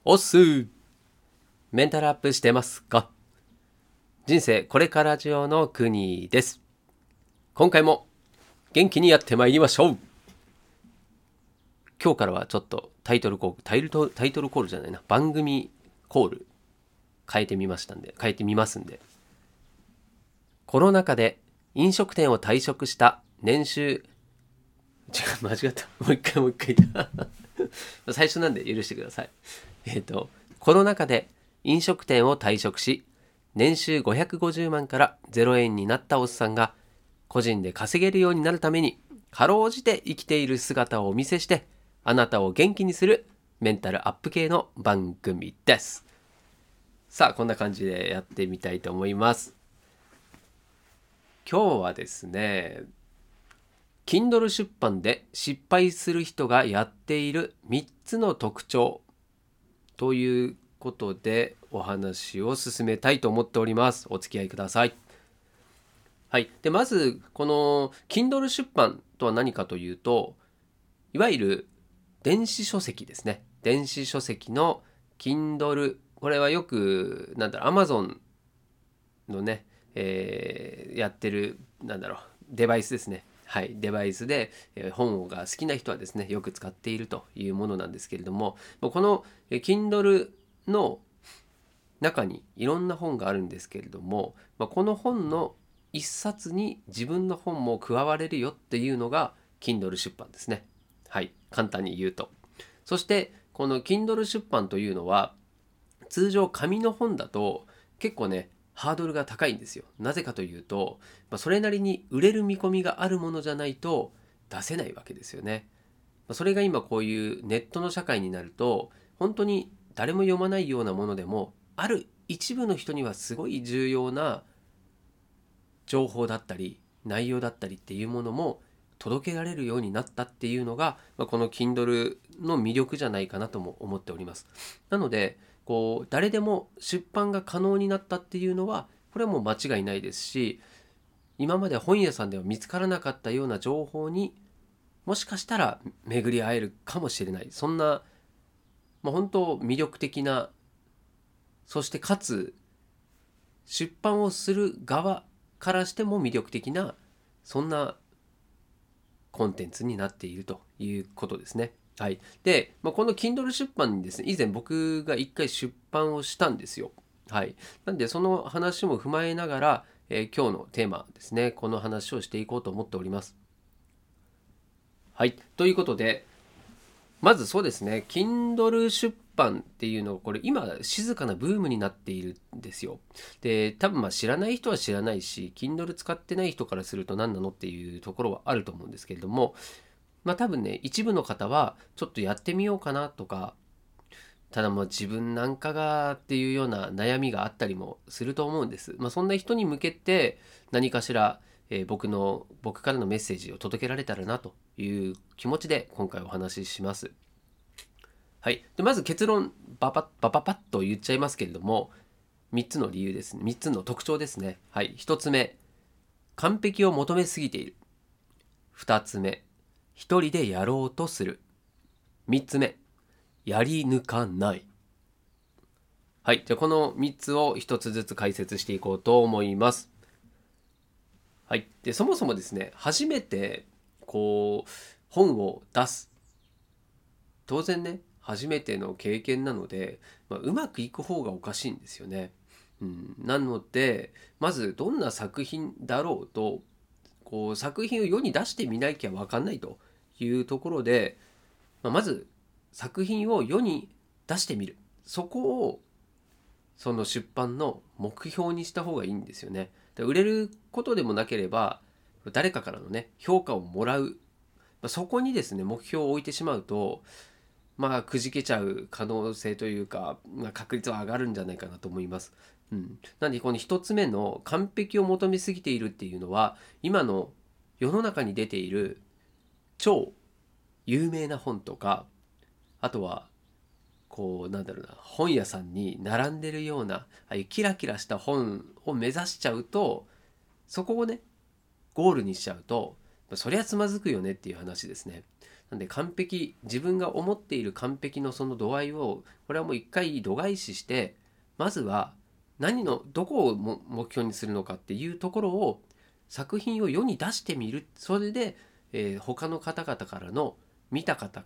おっす。メンタルアップしてますか？人生これから上の国です。今回も元気にやってまいりましょう。今日からはちょっとタイトルコールじゃないな、番組コール変えてみますんで、コロナ禍で飲食店を退職した年収間違ったもう一回最初なんで許してください。コロナ禍で飲食店を退職し、年収550万から0円になったおっさんが、個人で稼げるようになるために、かろうじて生きている姿をお見せして、あなたを元気にするメンタルアップ系の番組です。さあ、こんな感じでやってみたいと思います。今日はですね、Kindle 出版で失敗する人がやっている3つの特徴ということでお話を進めたいと思っております。お付き合いください。はい。で、まず、この Kindle 出版とは何かというと、いわゆる電子書籍ですね。電子書籍の Kindle、これはよく、Amazon のね、やってる、デバイスですね。はい、デバイスで本が好きな人はですね、よく使っているというものなんですけれども、この Kindle の中にいろんな本があるんですけれども、この本の一冊に自分の本も加われるよっていうのが Kindle 出版ですね。はい、簡単に言うと。そしてこの Kindle 出版というのは、通常紙の本だと結構ね、ハードルが高いんですよ。なぜかというと、それなりに売れる見込みがあるものじゃないと出せないわけですよね。それが今こういうネットの社会になると、本当に誰も読まないようなものでも、ある一部の人にはすごい重要な情報だったり内容だったりっていうものも届けられるようになったっていうのが、この Kindle の魅力じゃないかなとも思っております。なので誰でも出版が可能になったっていうのは、これはもう間違いないですし、今まで本屋さんでは見つからなかったような情報にもしかしたら巡り合えるかもしれない、そんな、本当魅力的な、そしてかつ出版をする側からしても魅力的な、そんなコンテンツになっているということですね。はい。で、この Kindle 出版にですね、以前僕が一回出版をしたんですよ。はい。なんでその話も踏まえながら、今日のテーマですね、この話をしていこうと思っております。はい。ということで、まずそうですね、Kindle 出版っていうのが、これ今静かなブームになっているんですよ。で、多分知らない人は知らないし、Kindle 使ってない人からすると何なのっていうところはあると思うんですけれども、多分ね、一部の方はちょっとやってみようかなとか、ただ自分なんかがっていうような悩みがあったりもすると思うんです。そんな人に向けて何かしら、僕からのメッセージを届けられたらなという気持ちで今回お話しします。はい。で、まず結論、バパパッと言っちゃいますけれども、3つの理由ですね。3つの特徴ですね。はい。1つ目、完璧を求めすぎている。2つ目、一人でやろうとする。3つ目、やり抜かない。はい。じゃあこの3つを1つずつ解説していこうと思います。はい。で、そもそもですね、初めて本を出す。当然ね、初めての経験なので、うまくいく方がおかしいんですよね。なので、まずどんな作品だろうと、作品を世に出してみなきゃ分かんないというところで、まず作品を世に出してみる。そこをその出版の目標にした方がいいんですよね。で、売れることでもなければ、誰かからのね、評価をもらう。そこにですね、目標を置いてしまうと、くじけちゃう可能性というか、確率は上がるんじゃないかなと思います。なんでこの一つ目の完璧を求めすぎているっていうのは、今の世の中に出ている超有名な本とか、あとは本屋さんに並んでるような、ああいうキラキラした本を目指しちゃうと、そこをね、ゴールにしちゃうと、そりゃつまずくよねっていう話ですね。 なんで自分が思っている完璧のその度合いを、これはもう一回度外視して、まずはどこを目標にするのかっていうところを、作品を世に出してみる。それで、他の方々からの見た方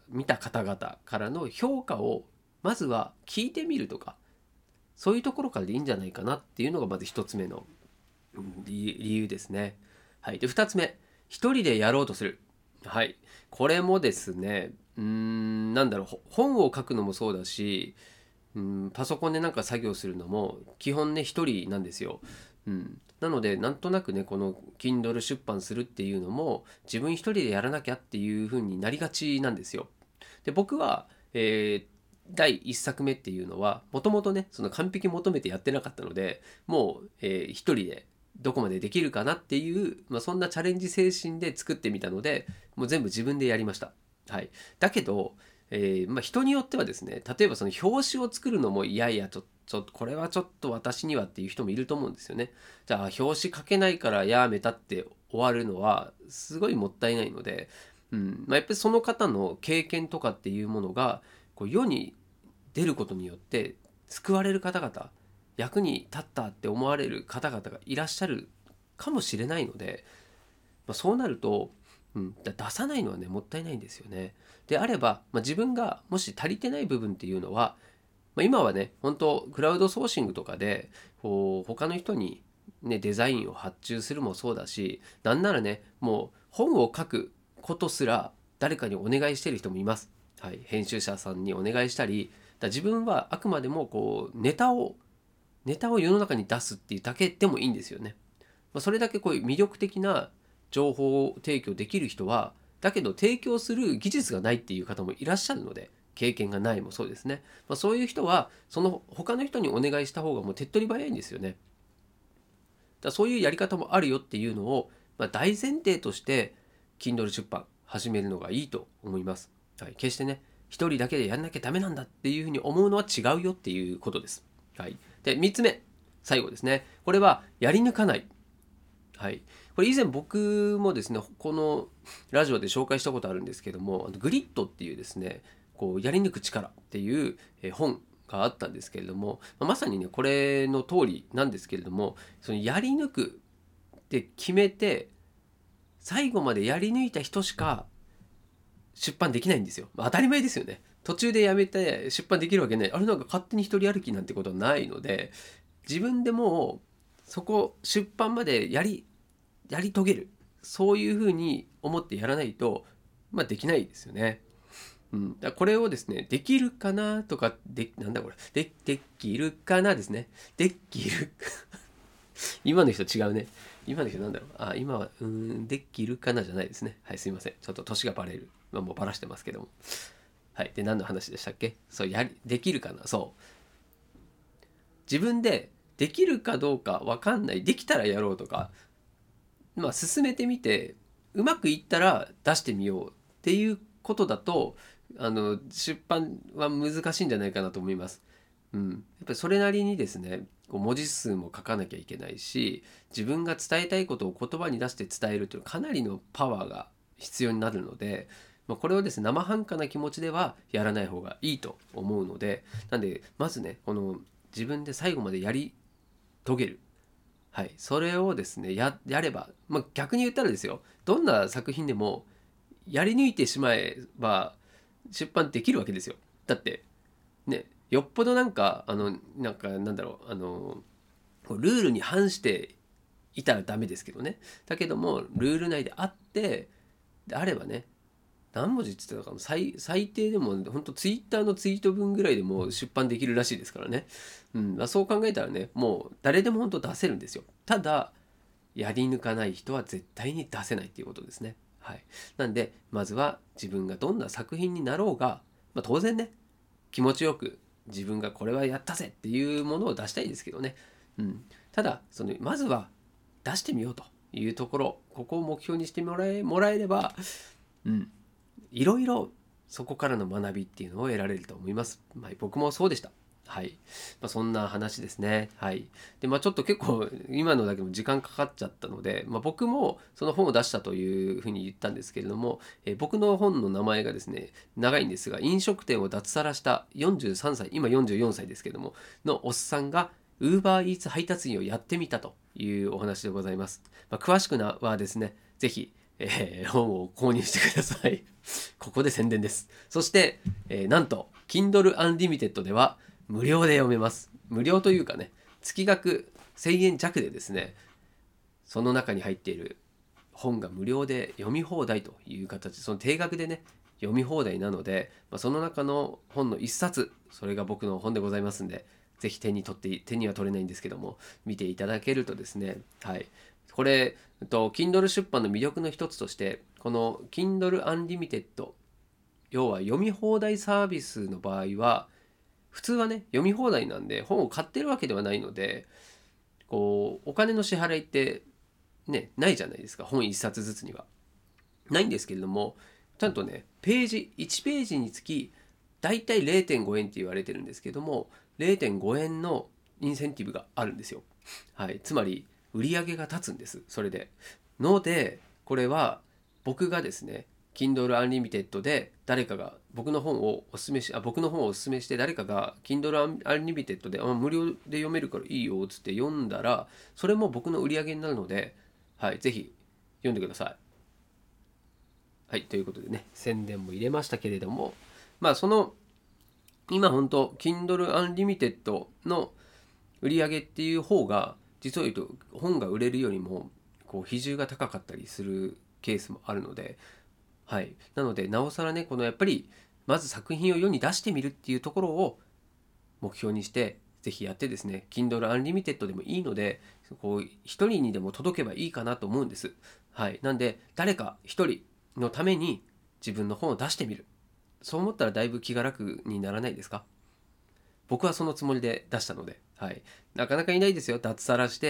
々からの評価をまずは聞いてみるとか、そういうところからでいいんじゃないかなっていうのがまず一つ目の理由ですね。はい。で、二つ目、一人でやろうとする。はい。これもですね、本を書くのもそうだし、パソコンでなんか作業するのも基本ね一人なんですよ。なのでなんとなくねこの Kindle 出版するっていうのも自分一人でやらなきゃっていう風になりがちなんですよ。で僕は、第1作目っていうのはもともとねその完璧求めてやってなかったのでもう、一人でどこまでできるかなっていう、そんなチャレンジ精神で作ってみたのでもう全部自分でやりました。はい、だけど人によってはですね、例えばその表紙を作るのもいやいやちょっとこれはちょっと私にはっていう人もいると思うんですよね。じゃあ表紙書けないからやめたって終わるのはすごいもったいないので、やっぱりその方の経験とかっていうものがこう世に出ることによって救われる方々、役に立ったって思われる方々がいらっしゃるかもしれないので、そうなると、出さないのはねもったいないんですよね。であれば、自分がもし足りてない部分っていうのは、今はね本当クラウドソーシングとかでこう他の人に、デザインを発注するもそうだし、なんならねもう本を書くことすら誰かにお願いしてる人もいます。はい、編集者さんにお願いしたり、自分はあくまでもこうネタを世の中に出すっていうだけでもいいんですよね。それだけこういう魅力的な情報を提供できる人は、だけど提供する技術がないっていう方もいらっしゃるので、経験がないもそうですね。そういう人はその他の人にお願いした方がもう手っ取り早いんですよね。そういうやり方もあるよっていうのを、大前提として Kindle 出版始めるのがいいと思います。はい、決してね一人だけでやんなきゃダメなんだっていうふうに思うのは違うよっていうことです。はい、で3つ目、最後ですね。これはやり抜かない。はい、これ以前僕もですねこのラジオで紹介したことあるんですけども、グリッドっていうですねこうやり抜く力っていう本があったんですけれども、まさにねこれの通りなんですけれども、そのやり抜くって決めて最後までやり抜いた人しか出版できないんですよ。当たり前ですよね。途中でやめて出版できるわけない。あれなんか勝手に一人歩きなんてことはないので、自分でもうそこ出版までやり遂げる、そういうふうに思ってやらないと、できないですよね。だからこれをですねできるかなとかなんだこれできるかなですね。できる今の人違うね。今の人なんだろう。今はできるかなじゃないですね。はい、すいません。ちょっと年がバレる。もうバラしてますけども。はい。で何の話でしたっけ。そうできるかな。そう自分でできるかどうか分かんない、できたらやろうとか、進めてみてうまくいったら出してみようっていうことだと出版は難しいんじゃないかなと思います。やっぱりそれなりにですねこう文字数も書かなきゃいけないし、自分が伝えたいことを言葉に出して伝えるというかなりのパワーが必要になるので、これをですね生半可な気持ちではやらない方がいいと思うので、なんでまずねこの自分で最後までやり遂げる、はい、それをですねやれば、逆に言ったらですよ、どんな作品でもやり抜いてしまえば出版できるわけですよ。だってね、よっぽどなんだろうルールに反していたらダメですけどね。だけどもルール内であってであればね、何文字って言ってたかな、最低でも本当ツイッターのツイート分ぐらいでもう出版できるらしいですからね。そう考えたらねもう誰でも本当出せるんですよ。ただやり抜かない人は絶対に出せないっていうことですね。はい、なんでまずは自分がどんな作品になろうが、当然ね気持ちよく自分がこれはやったぜっていうものを出したいですけどね。ただまずは出してみようというところ、ここを目標にしてもらえれば、いろいろそこからの学びっていうのを得られると思います。僕もそうでした。 はい。そんな話ですね。はい。で、ちょっと結構今のだけでも時間かかっちゃったので、僕もその本を出したというふうに言ったんですけれども、僕の本の名前がですね、長いんですが、飲食店を脱サラした43歳、今44歳ですけれども、のおっさんが UberEats 配達員をやってみたというお話でございます。詳しくはですね、ぜひ、本を購入してください。ここで宣伝です。そして、なんと、Kindle Unlimited では、無料で読めます。無料というかね、月額1000円弱でですね、その中に入っている本が無料で読み放題という形、その定額でね、読み放題なので、その中の本の一冊、それが僕の本でございますんで、ぜひ手には取れないんですけども、見ていただけるとですね、はい。これ、Kindle 出版の魅力の一つとして、この Kindle Unlimited、要は読み放題サービスの場合は、普通はね読み放題なんで本を買ってるわけではないので、こうお金の支払いってねないじゃないですか。本1冊ずつにはないんですけれども、ちゃんとねページ1ページにつきだいたい 0.5 円って言われてるんですけども、 0.5 円のインセンティブがあるんですよ。はい、つまり売り上げが立つんです、それで。のでこれは僕がですね Kindle Unlimited で誰かが僕の本をおすすめし、僕の本をおすすめして誰かが Kindle Unlimited で無料で読めるからいいよっつって読んだら、それも僕の売り上げになるので、はい、ぜひ読んでください。はい、ということでね、宣伝も入れましたけれども、その今本当 Kindle Unlimited の売り上げっていう方が実を言うと本が売れるよりもこう比重が高かったりするケースもあるので、はい、なのでなおさらね、このやっぱりまず作品を世に出してみるっていうところを目標にしてぜひやってですね、 Kindle Unlimited でもいいので、こう一人にでも届けばいいかなと思うんです。はい、なんで誰か一人のために自分の本を出してみる、そう思ったらだいぶ気が楽にならないですか？僕はそのつもりで出したので、はい、なかなかいないですよ、脱サラして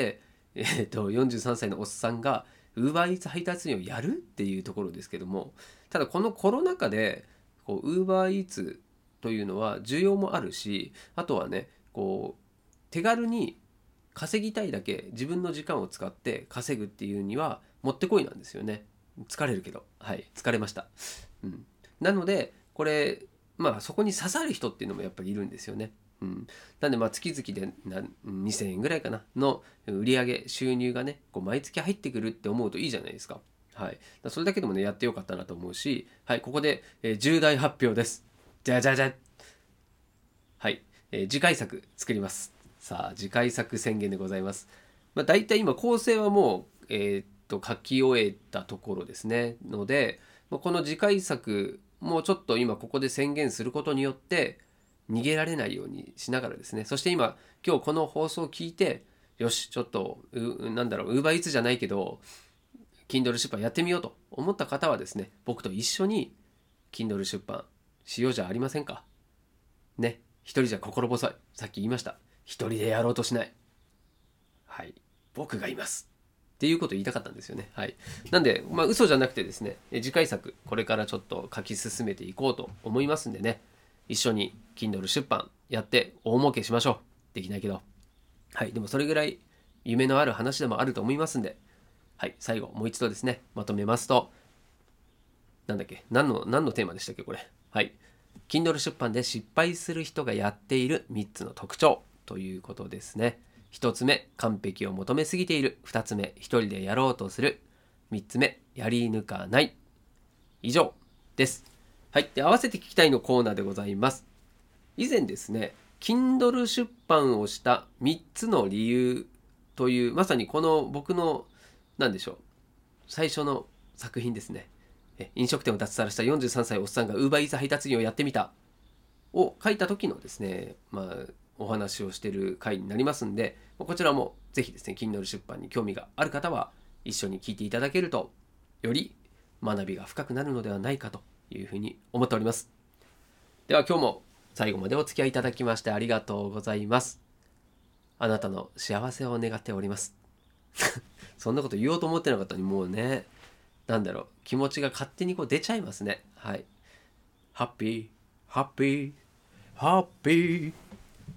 、43歳のおっさんが UberEats 配達員をやるっていうところですけども、ただこのコロナ禍でこう UberEats というのは需要もあるし、あとはねこう手軽に稼ぎたいだけ自分の時間を使って稼ぐっていうにはもってこいなんですよね。疲れるけど、はい疲れました。なのでこれそこに刺さる人っていうのもやっぱりいるんですよね。なんで月々で2000円ぐらいかなの売上収入がねこう毎月入ってくるって思うといいじゃないですか。はい、それだけでもねやってよかったなと思うし、はい、ここで、重大発表です。じゃじゃじゃはい、次回作作ります。さあ次回作宣言でございます。大体今構成はもう、書き終えたところですねので、この次回作もうちょっと今ここで宣言することによって逃げられないようにしながらですね、そして今日この放送を聞いて、よしちょっとなんだろう UberEats じゃないけど Kindle 出版やってみようと思った方はですね、僕と一緒に Kindle 出版しようじゃありませんかね。一人じゃ心細い、さっき言いました。一人でやろうとしない、はい、僕がいますっていうことを言いたかったんですよね。はい、なんで嘘じゃなくてですね、次回作これからちょっと書き進めていこうと思いますんでね、一緒に Kindle 出版やって大儲けしましょう。できないけど、はい、でもそれぐらい夢のある話でもあると思いますんで、はい、最後もう一度ですねまとめますと、なんだっけ、何のテーマでしたっけこれ。はい、Kindle 出版で失敗する人がやっている3つの特徴ということですね。1つ目、完璧を求めすぎている。2つ目、一人でやろうとする。3つ目、やり抜かない。以上です。はい、で合わせて聞きたいのコーナーでございます。以前ですね Kindle 出版をした3つの理由という、まさにこの僕の何でしょう最初の作品ですね。飲食店を脱サラした43歳おっさんが UberEats 配達員をやってみたを書いた時のですね、お話をしている回になりますんで、こちらもぜひですね Kindle 出版に興味がある方は一緒に聞いていただけるとより学びが深くなるのではないかというふうに思っております。では今日も最後までお付き合いいただきましてありがとうございます。あなたの幸せを願っております。そんなこと言おうと思ってなかったのにもうね、なんだろう、気持ちが勝手にこう出ちゃいますね。はい。ハッピー、ハッピー、ハッピー。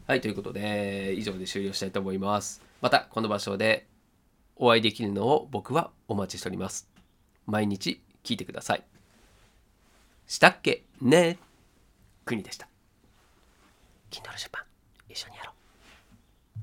はい、ということで以上で終了したいと思います。またこの場所でお会いできるのを僕はお待ちしております。毎日聞いてください。したっけね。国でした。Kindle 出版一緒にやろう。